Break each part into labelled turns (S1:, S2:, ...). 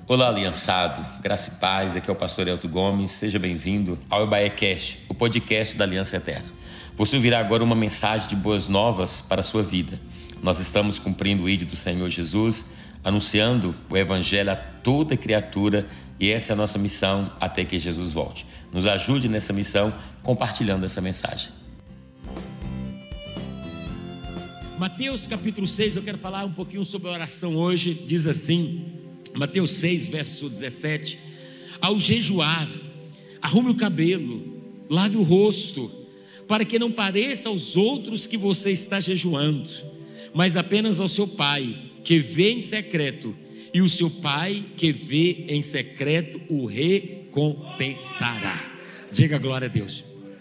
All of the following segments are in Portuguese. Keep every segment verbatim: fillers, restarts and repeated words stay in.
S1: Olá, aliançado, graça e paz, aqui é o pastor Elton Gomes, seja bem-vindo ao EbaeCast, o podcast da Aliança Eterna. Você ouvirá agora uma mensagem de boas novas para a sua vida. Nós estamos cumprindo o ídolo do Senhor Jesus, anunciando o Evangelho a toda criatura, e essa é a nossa missão até que Jesus volte. Nos ajude nessa missão compartilhando essa mensagem.
S2: Mateus capítulo seis, eu quero falar um pouquinho sobre a oração hoje. Diz assim, Mateus seis, verso dezessete: ao jejuar, arrume o cabelo, lave o rosto, para que não pareça aos outros que você está jejuando, mas apenas ao seu pai, que vê em secreto, e o seu pai, que vê em secreto, o recompensará. Diga glória a Deus.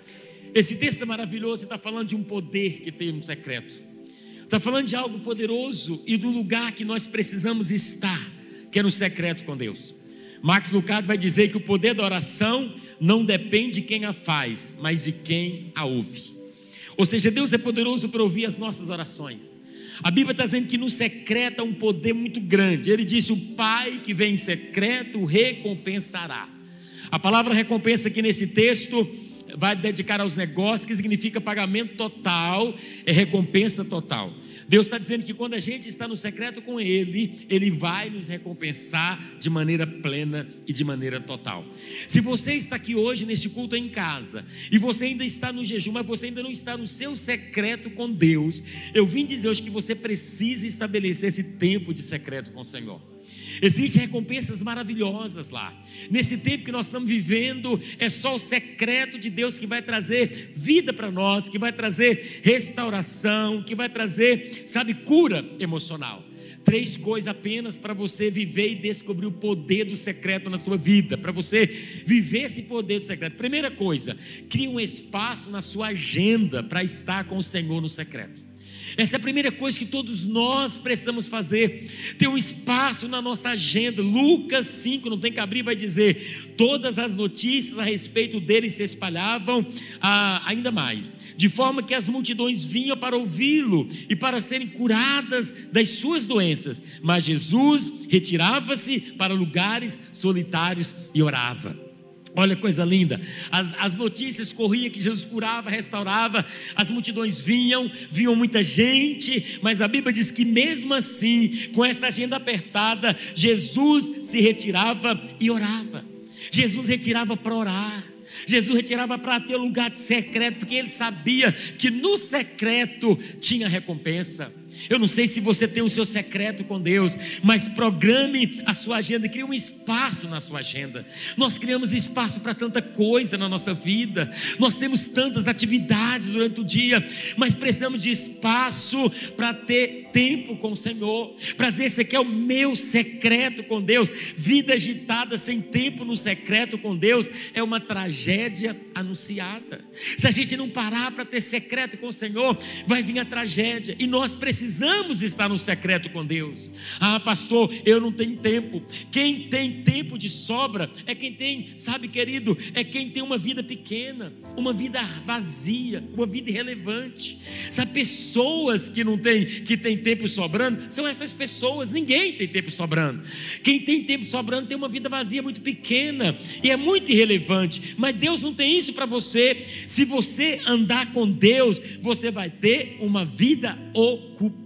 S2: Esse texto é maravilhoso, está falando de um poder que tem no secreto, está falando de algo poderoso e do lugar que nós precisamos estar, que é no secreto com Deus. Max Lucado vai dizer que o poder da oração não depende de quem a faz, mas de quem a ouve. Ou seja, Deus é poderoso para ouvir as nossas orações. A Bíblia está dizendo que no secreto há um poder muito grande. Ele disse: o Pai que vem em secreto recompensará. A palavra recompensa aqui nesse texto vai dedicar aos negócios, que significa pagamento total, é recompensa total. Deus está dizendo que quando a gente está no secreto com Ele, Ele vai nos recompensar de maneira plena e de maneira total. Se você está aqui hoje neste culto em casa, e você ainda está no jejum, mas você ainda não está no seu secreto com Deus, eu vim dizer hoje que você precisa estabelecer esse tempo de secreto com o Senhor. Existem recompensas maravilhosas lá. Nesse tempo que nós estamos vivendo, é só o secreto de Deus que vai trazer vida para nós, que vai trazer restauração, que vai trazer, sabe, cura emocional. Três coisas apenas para você viver e descobrir o poder do secreto na tua vida, para você viver esse poder do secreto. Primeira coisa, crie um espaço na sua agenda para estar com o Senhor no secreto. Essa é a primeira coisa que todos nós precisamos fazer, ter um espaço na nossa agenda. Lucas cinco, não tem que abrir, vai dizer: todas as notícias a respeito dele se espalhavam ah, ainda mais, de forma que as multidões vinham para ouvi-lo e para serem curadas das suas doenças, mas Jesus retirava-se para lugares solitários e orava. Olha que coisa linda, as, as notícias corriam que Jesus curava, restaurava, as multidões vinham, vinham muita gente, mas a Bíblia diz que mesmo assim, com essa agenda apertada, Jesus se retirava e orava. Jesus retirava para orar, Jesus retirava para ter lugar de secreto, porque ele sabia que no secreto tinha recompensa. Eu não sei se você tem o seu secreto com Deus, mas programe a sua agenda, crie um espaço na sua agenda. Nós criamos espaço para tanta coisa na nossa vida, nós temos tantas atividades durante o dia, mas precisamos de espaço para ter tempo com o Senhor, para dizer: esse aqui é o meu secreto com Deus. Vida agitada sem tempo no secreto com Deus é uma tragédia anunciada. Se a gente não parar para ter secreto com o Senhor, vai vir a tragédia, e nós precisamos Precisamos estar no secreto com Deus. Ah, pastor, eu não tenho tempo. Quem tem tempo de sobra é quem tem, sabe, querido, é quem tem uma vida pequena, uma vida vazia, uma vida irrelevante. Sabe, pessoas que não têm, que tem tempo sobrando, são essas pessoas. Ninguém tem tempo sobrando. Quem tem tempo sobrando tem uma vida vazia muito pequena e é muito irrelevante. Mas Deus não tem isso para você. Se você andar com Deus, você vai ter uma vida ocupada.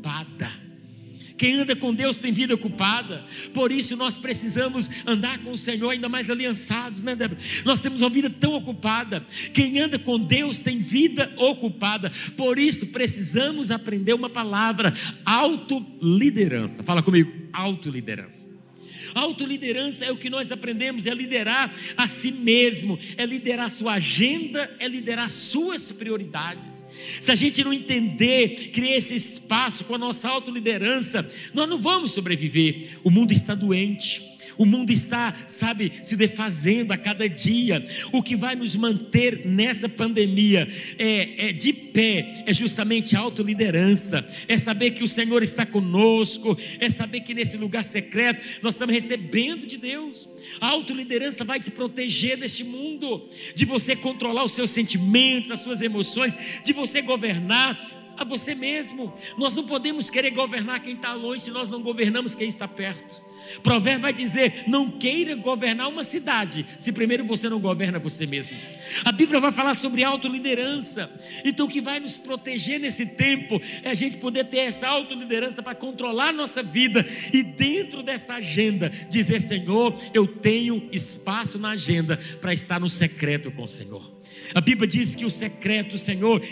S2: Quem anda com Deus tem vida ocupada. Por isso nós precisamos andar com o Senhor ainda mais aliançados, né, Débora? Nós temos uma vida tão ocupada. Quem anda com Deus tem vida ocupada. Por isso precisamos aprender uma palavra: autoliderança. Fala comigo: autoliderança. Autoliderança é o que nós aprendemos, é liderar a si mesmo, é liderar a sua agenda, é liderar suas prioridades. Se a gente não entender, criar esse espaço com a nossa autoliderança, nós não vamos sobreviver. O mundo está doente, o mundo está, sabe, se defazendo a cada dia. O que vai nos manter nessa pandemia é, é de pé, é justamente a autoliderança, é saber que o Senhor está conosco, é saber que nesse lugar secreto nós estamos recebendo de Deus. A autoliderança vai te proteger deste mundo, de você controlar os seus sentimentos, as suas emoções, de você governar a você mesmo. Nós não podemos querer governar quem está longe se nós não governamos quem está perto. Provérbio vai dizer: não queira governar uma cidade se primeiro você não governa você mesmo. A Bíblia vai falar sobre autoliderança. Então o que vai nos proteger nesse tempo é a gente poder ter essa autoliderança para controlar a nossa vida e dentro dessa agenda dizer: Senhor, eu tenho espaço na agenda para estar no secreto com o Senhor. A Bíblia diz que o secreto o Senhor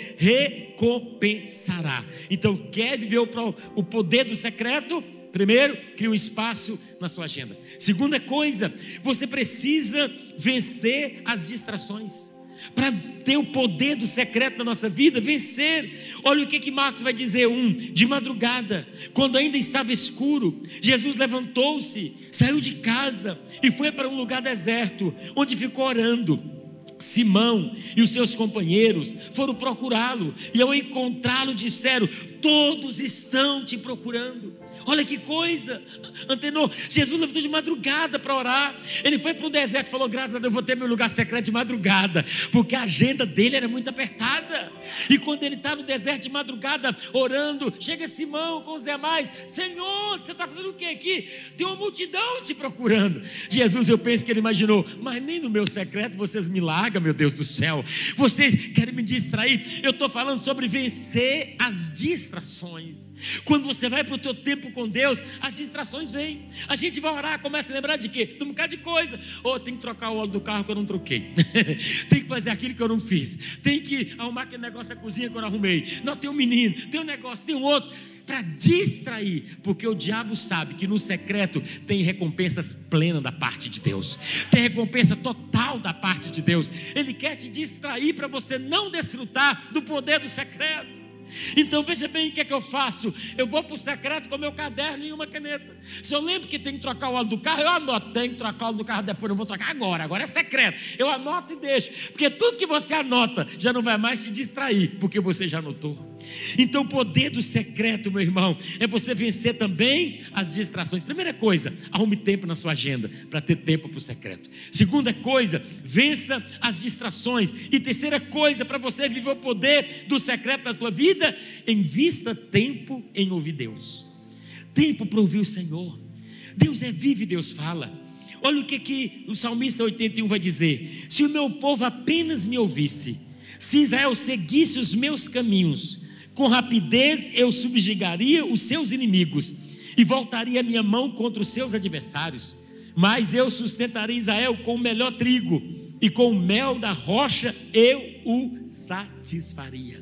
S2: recompensará. Então quer viver o poder do secreto? Primeiro, cria um espaço na sua agenda. Segunda coisa, você precisa vencer as distrações. Para ter o poder do secreto na nossa vida, vencer. Olha o que que Marcos vai dizer. Um, de madrugada, quando ainda estava escuro, Jesus levantou-se, saiu de casa e foi para um lugar deserto, onde ficou orando. Simão e os seus companheiros foram procurá-lo, e ao encontrá-lo disseram: todos estão te procurando. Olha que coisa, antenou. Jesus levantou de madrugada para orar. Ele foi para o deserto e falou: graças a Deus, eu vou ter meu lugar secreto de madrugada, porque a agenda dele era muito apertada. E quando ele está no deserto de madrugada orando, chega Simão com os demais: Senhor, você está fazendo o que aqui? Tem uma multidão te procurando. Jesus, eu penso que ele imaginou: mas nem no meu secreto vocês me largam, meu Deus do céu. Vocês querem me distrair? Eu estou falando sobre vencer as distrações. Quando você vai para o teu tempo com Deus, as distrações vêm. A gente vai orar, começa a lembrar de quê? De um bocado de coisa. Ou oh, tem que trocar o óleo do carro que eu não troquei. Tem que fazer aquilo que eu não fiz. Tem que arrumar aquele negócio da cozinha que eu não arrumei. Não, tem um menino, tem um negócio, tem um outro. Para distrair, porque o diabo sabe que no secreto tem recompensas plenas da parte de Deus, tem recompensa total da parte de Deus. Ele quer te distrair para você não desfrutar do poder do secreto. Então veja bem o que é que eu faço. Eu vou para o secreto com meu caderno e uma caneta. Se eu lembro que tem que trocar o óleo do carro, eu anoto. Tem que trocar o óleo do carro depois, não vou trocar agora. Agora é secreto. Eu anoto e deixo. Porque tudo que você anota já não vai mais te distrair, porque você já anotou. Então o poder do secreto, meu irmão, é você vencer também as distrações. Primeira coisa, arrume tempo na sua agenda para ter tempo para o secreto. Segunda coisa, vença as distrações. E terceira coisa, para você viver o poder do secreto na tua vida, invista tempo em ouvir Deus. Tempo para ouvir o Senhor. Deus é vivo e Deus fala. Olha o que, que o salmista oitenta e um vai dizer: se o meu povo apenas me ouvisse, se Israel seguisse os meus caminhos, com rapidez eu subjugaria os seus inimigos e voltaria a minha mão contra os seus adversários. Mas eu sustentaria Israel com o melhor trigo, e com o mel da rocha eu o satisfaria.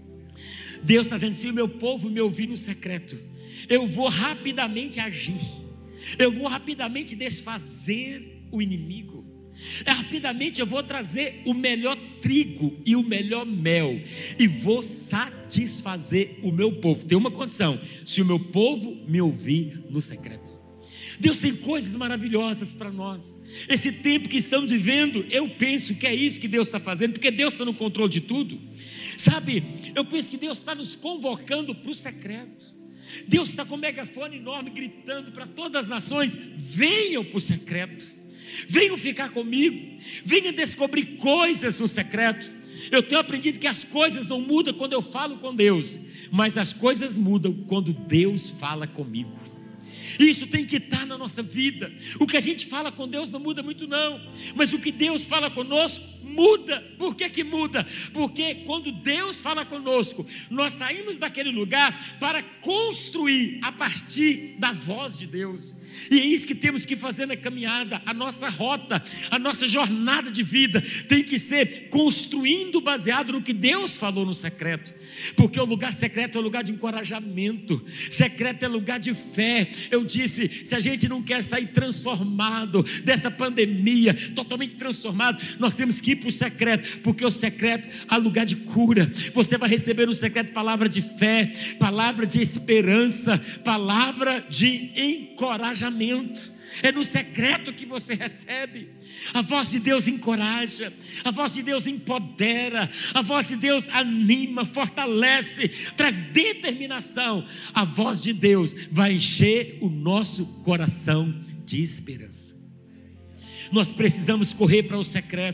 S2: Deus está dizendo: se o meu povo me ouvir no secreto, eu vou rapidamente agir, eu vou rapidamente desfazer o inimigo, rapidamente eu vou trazer o melhor trigo e o melhor mel, e vou satisfazer o meu povo. Tem uma condição: se o meu povo me ouvir no secreto. Deus tem coisas maravilhosas para nós. Esse tempo que estamos vivendo, eu penso que é isso que Deus está fazendo, porque Deus está no controle de tudo. Sabe, eu penso que Deus está nos convocando para o secreto. Deus está com um megafone enorme gritando para todas as nações: venham para o secreto, venham ficar comigo, venham descobrir coisas no secreto. Eu tenho aprendido que as coisas não mudam quando eu falo com Deus, mas as coisas mudam quando Deus fala comigo. Isso tem que estar na nossa vida. O que a gente fala com Deus não muda muito não, mas o que Deus fala conosco muda. Por que que muda? Porque quando Deus fala conosco, nós saímos daquele lugar para construir a partir da voz de Deus. E é isso que temos que fazer na caminhada. A nossa rota, a nossa jornada de vida tem que ser construindo baseado no que Deus falou no secreto. Porque o lugar secreto é um lugar de encorajamento, secreto é lugar de fé. Eu disse, se a gente não quer sair transformado dessa pandemia, totalmente transformado, nós temos que ir para o secreto, porque o secreto é lugar de cura. Você vai receber no secreto palavra de fé, palavra de esperança, palavra de encorajamento. É no secreto que você recebe. A voz de Deus encoraja, a voz de Deus empodera, a voz de Deus anima, fortalece, traz determinação. A voz de Deus vai encher o nosso coração de esperança. Nós precisamos correr para o secreto.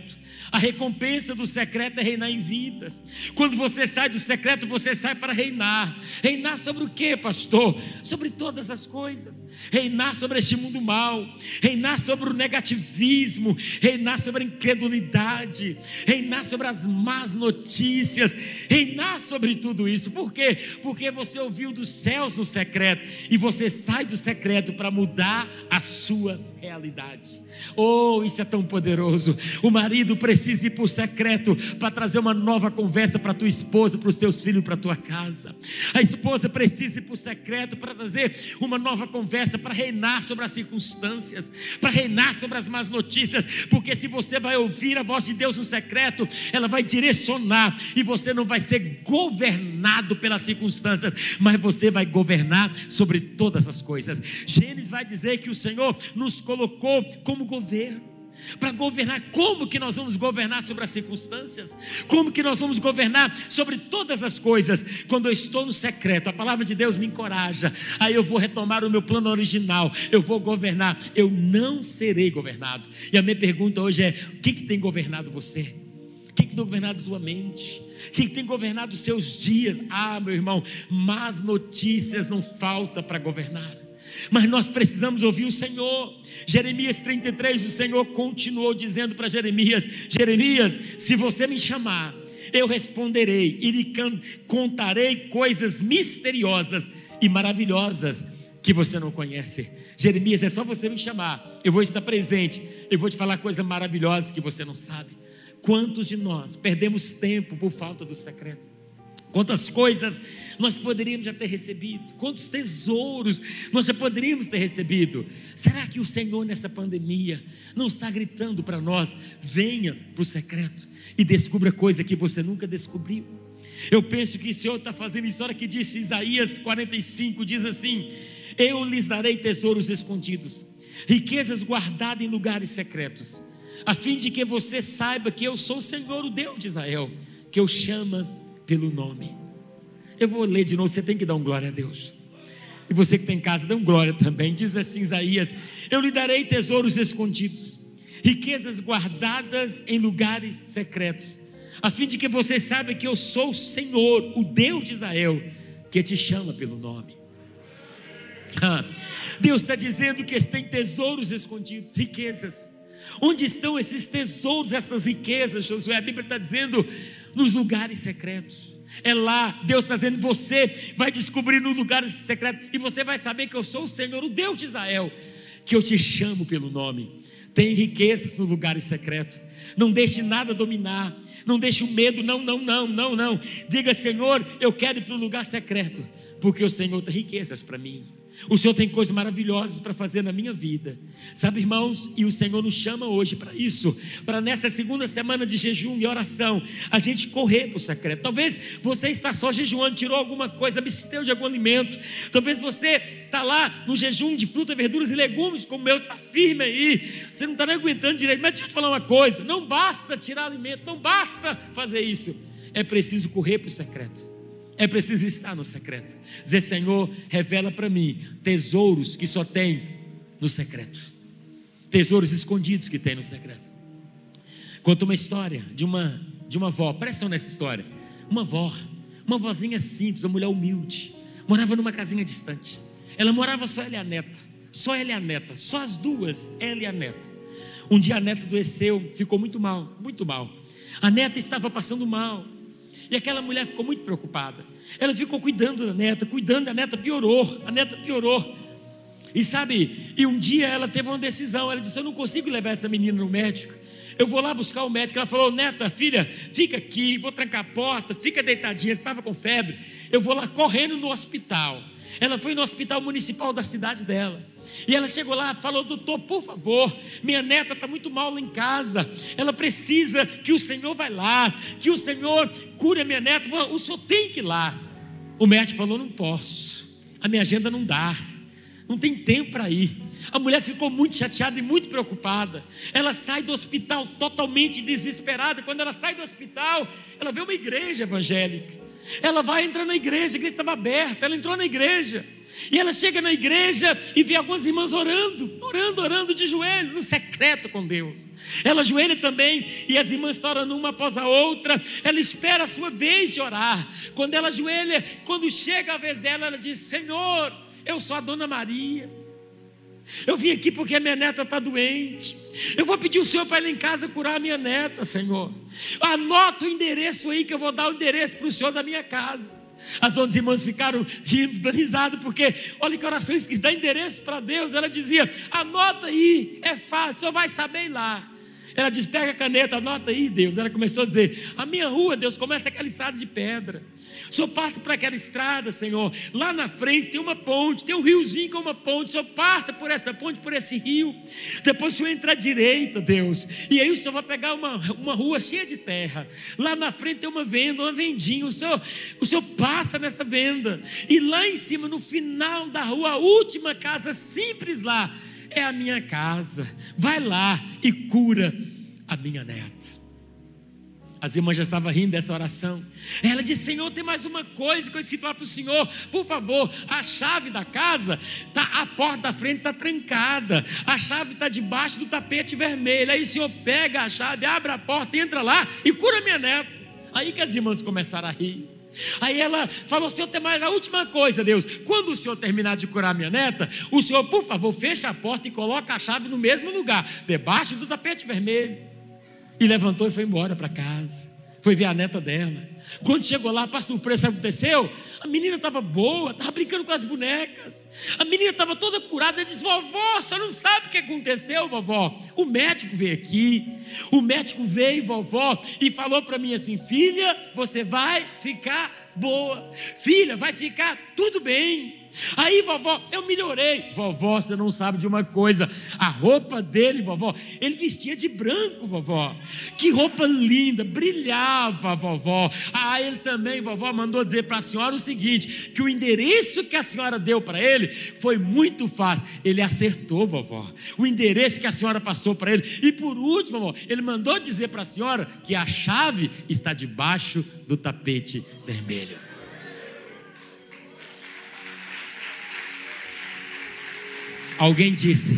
S2: A recompensa do secreto é reinar em vida. Quando você sai do secreto, você sai para reinar. Reinar sobre o que, pastor? Sobre todas as coisas. Reinar sobre este mundo mau. Reinar sobre o negativismo. Reinar sobre a incredulidade. Reinar sobre as más notícias. Reinar sobre tudo isso. Por quê? Porque você ouviu dos céus no secreto. E você sai do secreto para mudar a sua realidade. Oh, isso é tão poderoso. O marido precisa ir para o secreto para trazer uma nova conversa para a tua esposa, para os teus filhos, para a tua casa. A esposa precisa ir para o secreto para trazer uma nova conversa, para reinar sobre as circunstâncias, para reinar sobre as más notícias, porque se você vai ouvir a voz de Deus no secreto, ela vai direcionar, e você não vai ser governado pelas circunstâncias, mas você vai governar sobre todas as coisas. Gênesis vai dizer que o Senhor nos colocou como governo, para governar. Como que nós vamos governar sobre as circunstâncias? Como que nós vamos governar sobre todas as coisas? Quando eu estou no secreto, a palavra de Deus me encoraja, aí eu vou retomar o meu plano original, eu vou governar, eu não serei governado. E a minha pergunta hoje é: o que, que tem governado você? O que, que tem governado tua mente? O que, que tem governado os seus dias? Ah, meu irmão, más notícias não falta para governar, mas nós precisamos ouvir o Senhor. Jeremias trinta e três, o Senhor continuou dizendo para Jeremias: Jeremias, se você me chamar, eu responderei e lhe contarei coisas misteriosas e maravilhosas que você não conhece. Jeremias, é só você me chamar, eu vou estar presente, eu vou te falar coisas maravilhosas que você não sabe. Quantos de nós perdemos tempo por falta do secreto? Quantas coisas nós poderíamos já ter recebido, quantos tesouros nós já poderíamos ter recebido. Será que o Senhor nessa pandemia não está gritando para nós: venha para o secreto e descubra coisa que você nunca descobriu? Eu penso que o Senhor está fazendo isso. Olha que disse Isaías quarenta e cinco, diz assim: eu lhes darei tesouros escondidos, riquezas guardadas em lugares secretos, a fim de que você saiba que eu sou o Senhor, o Deus de Israel, que eu chamo pelo nome. Eu vou ler de novo, você tem que dar um glória a Deus. E você que tem em casa, dá um glória também. Diz assim Isaías: eu lhe darei tesouros escondidos, riquezas guardadas em lugares secretos, a fim de que você saiba que eu sou o Senhor, o Deus de Israel, que te chama pelo nome. Ah, Deus está dizendo que tem tesouros escondidos, riquezas. Onde estão esses tesouros, essas riquezas, Josué? A Bíblia está dizendo: nos lugares secretos. É lá, Deus está dizendo: você vai descobrir nos lugares secretos, e você vai saber que eu sou o Senhor, o Deus de Israel, que eu te chamo pelo nome. Tem riquezas nos lugares secretos. Não deixe nada dominar, não deixe o medo, não, não, não, não, não. Diga: Senhor, eu quero ir para o lugar secreto, porque o Senhor tem riquezas para mim. O Senhor tem coisas maravilhosas para fazer na minha vida, sabe, irmãos? E o Senhor nos chama hoje para isso, para nessa segunda semana de jejum e oração, a gente correr para o secreto. Talvez você está só jejuando, tirou alguma coisa, absteu de algum alimento. Talvez você está lá no jejum de frutas, verduras e legumes, como o meu está firme aí, você não está nem aguentando direito. Mas deixa eu te falar uma coisa: não basta tirar alimento, não basta fazer isso, é preciso correr para o secreto. É preciso estar no secreto, dizer: Senhor, revela para mim tesouros que só tem no secreto, tesouros escondidos que tem no secreto. Conta uma história de uma, de uma avó, presta atenção nessa história. Uma avó, uma vozinha simples, uma mulher humilde, morava numa casinha distante. Ela morava só ela e a neta, só ela e a neta, só as duas, ela e a neta. Um dia a neta adoeceu, ficou muito mal, muito mal. A neta estava passando mal, e aquela mulher ficou muito preocupada. Ela ficou cuidando da neta, cuidando da neta, piorou, a neta piorou. E sabe, e um dia ela teve uma decisão. Ela disse: eu não consigo levar essa menina no médico, eu vou lá buscar o médico. Ela falou: neta, filha, fica aqui, vou trancar a porta, fica deitadinha, você estava com febre, eu vou lá correndo no hospital. Ela foi no hospital municipal da cidade dela, e ela chegou lá, falou: doutor, por favor, minha neta está muito mal lá em casa, ela precisa que o senhor vá lá, que o senhor cure a minha neta, o senhor tem que ir lá. O médico falou: não posso, a minha agenda não dá, não tem tempo para ir. A mulher ficou muito chateada e muito preocupada. Ela sai do hospital totalmente desesperada. Quando ela sai do hospital, ela vê uma igreja evangélica. Ela vai entrar na igreja, a igreja estava aberta. Ela entrou na igreja, E ela chega na igreja e vê algumas irmãs orando, orando, orando de joelho, no secreto com Deus. Ela ajoelha também e as irmãs estão orando uma após a outra. Ela espera a sua vez de orar. Quando ela ajoelha, quando chega a vez dela, ela diz: Senhor, eu sou a Dona Maria. Eu vim aqui porque a minha neta está doente. Eu vou pedir o Senhor para ir lá em casa curar a minha neta, Senhor. Anota o endereço aí que eu vou dar o endereço para o Senhor da minha casa. As outras irmãs ficaram rindo, dando risada, porque olha que orações que dá endereço para Deus. Ela dizia: anota aí, é fácil, o Senhor vai saber ir lá. Ela diz: pega a caneta, anota aí, Deus. Ela começou a dizer: a minha rua, Deus, começa aquela estrada de pedra. O Senhor passa por aquela estrada, Senhor. Lá na frente tem uma ponte, tem um riozinho com uma ponte. O Senhor passa por essa ponte, por esse rio. Depois o Senhor entra à direita, Deus. E aí o Senhor vai pegar uma, uma rua cheia de terra. Lá na frente tem uma venda, uma vendinha. O Senhor, o Senhor passa nessa venda. E lá em cima, no final da rua, a última casa simples lá, é a minha casa. Vai lá e cura a minha neta. As irmãs já estavam rindo dessa oração. Ela disse: Senhor, tem mais uma coisa que eu esqueci de falar para o Senhor. Por favor, a chave da casa, tá, a porta da frente está trancada. A chave está debaixo do tapete vermelho. Aí o Senhor pega a chave, abre a porta, entra lá e cura minha neta. Aí que as irmãs começaram a rir. Aí ela falou: Senhor, tem mais a última coisa, Deus. Quando o Senhor terminar de curar minha neta, o Senhor, por favor, fecha a porta e coloca a chave no mesmo lugar, debaixo do tapete vermelho. E levantou e foi embora para casa. Foi ver a neta dela. Quando chegou lá, para surpresa, sabe o que aconteceu? A menina estava boa, estava brincando com as bonecas. A menina estava toda curada. Ela disse: vovó, você não sabe o que aconteceu, vovó? O médico veio aqui. O médico veio, vovó, e falou para mim assim: filha, você vai ficar boa. Filha, vai ficar tudo bem. Aí, vovó, eu melhorei. Vovó, você não sabe de uma coisa. A roupa dele, vovó, ele vestia de branco, vovó. Que roupa linda, brilhava, vovó. Ah, ele também, vovó, mandou dizer para a senhora o seguinte: que o endereço que a senhora deu para ele foi muito fácil. Ele acertou, vovó, o endereço que a senhora passou para ele. E por último, vovó, ele mandou dizer para a senhora que a chave está debaixo do tapete vermelho. Alguém disse,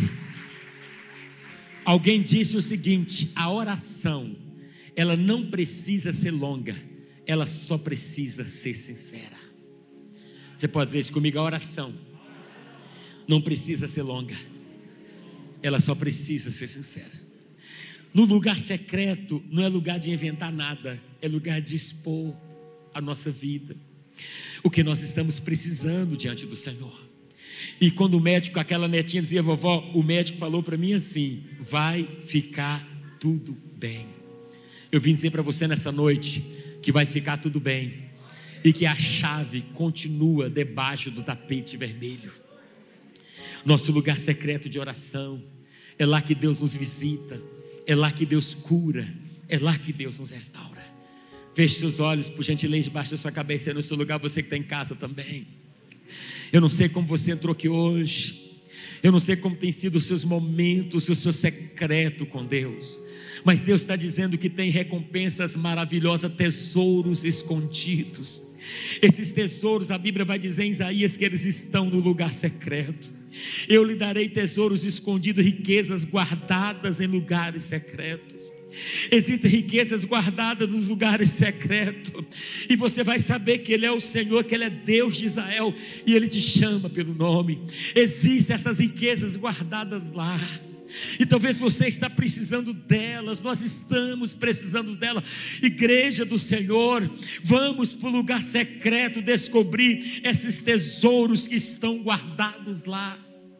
S2: alguém disse o seguinte: a oração, ela não precisa ser longa, ela só precisa ser sincera. Você pode dizer isso comigo? A oração não precisa ser longa, ela só precisa ser sincera. No lugar secreto não é lugar de inventar nada, é lugar de expor a nossa vida, o que nós estamos precisando diante do Senhor. E quando o médico, aquela netinha dizia: vovó, o médico falou para mim assim: vai ficar tudo bem. Eu vim dizer para você nessa noite que vai ficar tudo bem, e que a chave continua debaixo do tapete vermelho. Nosso lugar secreto de oração, é lá que Deus nos visita, é lá que Deus cura, é lá que Deus nos restaura. Feche seus olhos, por gentileza, debaixo da sua cabeça, é no seu lugar, você que está em casa também. Eu não sei como você entrou aqui hoje, eu não sei como tem sido os seus momentos, o seu secreto com Deus, mas Deus está dizendo que tem recompensas maravilhosas, tesouros escondidos. Esses tesouros, a Bíblia vai dizer em Isaías que eles estão no lugar secreto. Eu lhe darei tesouros escondidos, riquezas guardadas em lugares secretos. Existem riquezas guardadas nos lugares secretos, e você vai saber que Ele é o Senhor, que Ele é Deus de Israel, e Ele te chama pelo nome. Existem essas riquezas guardadas lá, e talvez você está precisando delas. Nós estamos precisando delas. Igreja do Senhor, vamos para o lugar secreto descobrir esses tesouros que estão guardados lá.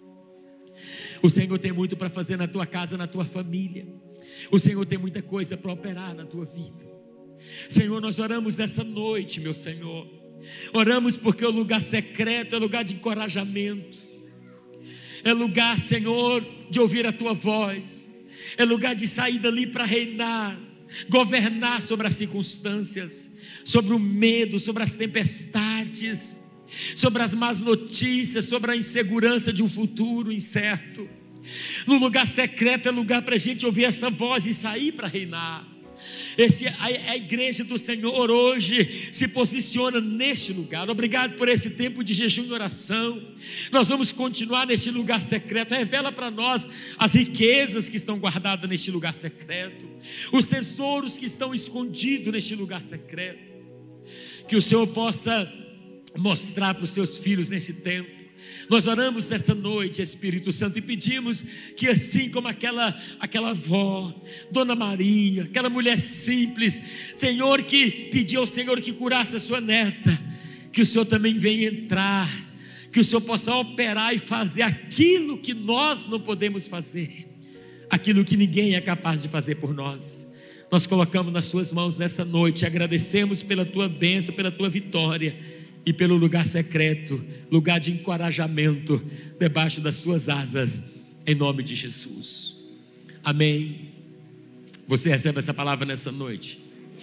S2: O Senhor tem muito para fazer na tua casa, na tua família. O Senhor tem muita coisa para operar na tua vida. Senhor, nós oramos nessa noite, meu Senhor. Oramos porque o lugar secreto é lugar de encorajamento, é lugar, Senhor, de ouvir a tua voz, é lugar de sair dali para reinar, governar sobre as circunstâncias, sobre o medo, sobre as tempestades, sobre as más notícias, sobre a insegurança de um futuro incerto. No lugar secreto é lugar para a gente ouvir essa voz e sair para reinar. Esse, a, a igreja do Senhor hoje se posiciona neste lugar. Obrigado por esse tempo de jejum e oração. Nós vamos continuar neste lugar secreto. Revela para nós as riquezas que estão guardadas neste lugar secreto, os tesouros que estão escondidos neste lugar secreto. Que o Senhor possa mostrar para os seus filhos neste tempo. Nós oramos nessa noite, Espírito Santo, e pedimos que assim como aquela, aquela avó, Dona Maria, aquela mulher simples, Senhor, que pediu ao Senhor que curasse a sua neta, que o Senhor também venha entrar, que o Senhor possa operar e fazer aquilo que nós não podemos fazer, aquilo que ninguém é capaz de fazer por nós. Nós colocamos nas suas mãos nessa noite, agradecemos pela tua bênção, pela tua vitória, e pelo lugar secreto, lugar de encorajamento, debaixo das suas asas, em nome de Jesus, amém. Você recebe essa palavra nessa noite?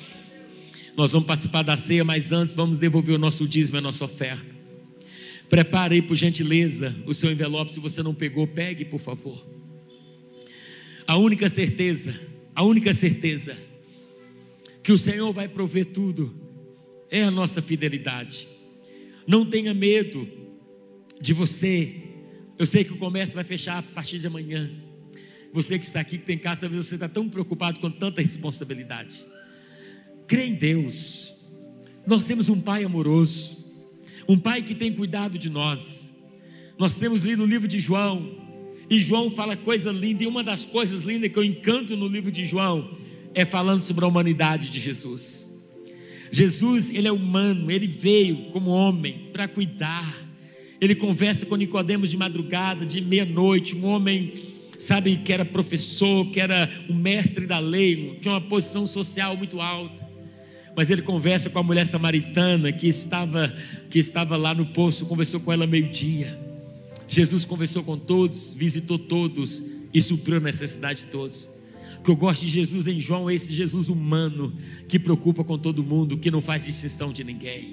S2: Nós vamos participar da ceia, mas antes vamos devolver o nosso dízimo e a nossa oferta. Prepare aí, por gentileza, o seu envelope. Se você não pegou, pegue, por favor. A única certeza, a única certeza que o Senhor vai prover tudo é a nossa fidelidade. Não tenha medo de você. Eu sei que o comércio vai fechar a partir de amanhã. Você que está aqui, que tem casa, talvez você está tão preocupado com tanta responsabilidade. Crê em Deus. Nós temos um Pai amoroso, um Pai que tem cuidado de nós. Nós temos lido o livro de João, e João fala coisa linda, e uma das coisas lindas que eu encanto no livro de João é falando sobre a humanidade de Jesus. Jesus, ele é humano, ele veio como homem para cuidar. Ele conversa com Nicodemos de madrugada, de meia-noite, um homem, sabe, que era professor, que era um mestre da lei, tinha uma posição social muito alta. Mas ele conversa com a mulher samaritana que estava, que estava lá no poço, conversou com ela meio-dia. Jesus conversou com todos, visitou todos e supriu a necessidade de todos. O que eu gosto de Jesus em João é esse Jesus humano, que preocupa com todo mundo, que não faz distinção de ninguém.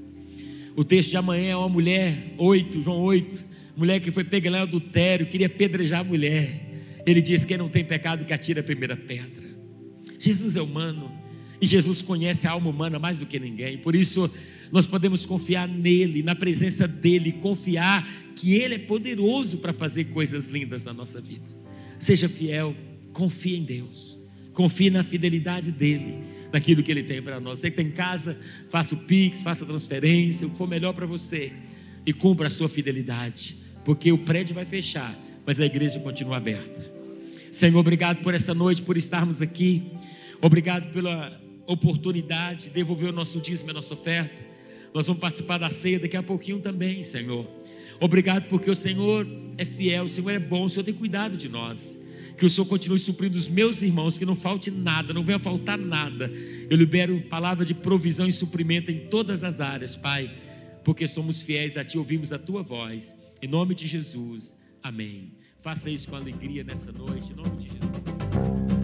S2: O texto de amanhã é uma mulher, oito, João oito, mulher que foi pega lá em adultério, queria apedrejar a mulher. Ele diz: quem não tem pecado que atire a primeira pedra. Jesus é humano, e Jesus conhece a alma humana mais do que ninguém. Por isso nós podemos confiar nele, na presença dele, confiar que ele é poderoso para fazer coisas lindas na nossa vida. Seja fiel, confie em Deus, confie na fidelidade dele, naquilo que ele tem para nós. Você que tem em casa, faça o Pix, faça a transferência, o que for melhor para você, e cumpra a sua fidelidade, porque o prédio vai fechar, mas a igreja continua aberta. Senhor, obrigado por essa noite, por estarmos aqui. Obrigado pela oportunidade de devolver o nosso dízimo e a nossa oferta. Nós vamos participar da ceia daqui a pouquinho também, Senhor. Obrigado porque o Senhor é fiel, o Senhor é bom, o Senhor tem cuidado de nós. Que o Senhor continue suprindo os meus irmãos, que não falte nada, não venha faltar nada. Eu libero palavra de provisão e suprimento em todas as áreas, Pai, porque somos fiéis a Ti, ouvimos a Tua voz. Em nome de Jesus, amém. Faça isso com alegria nessa noite, em nome de Jesus.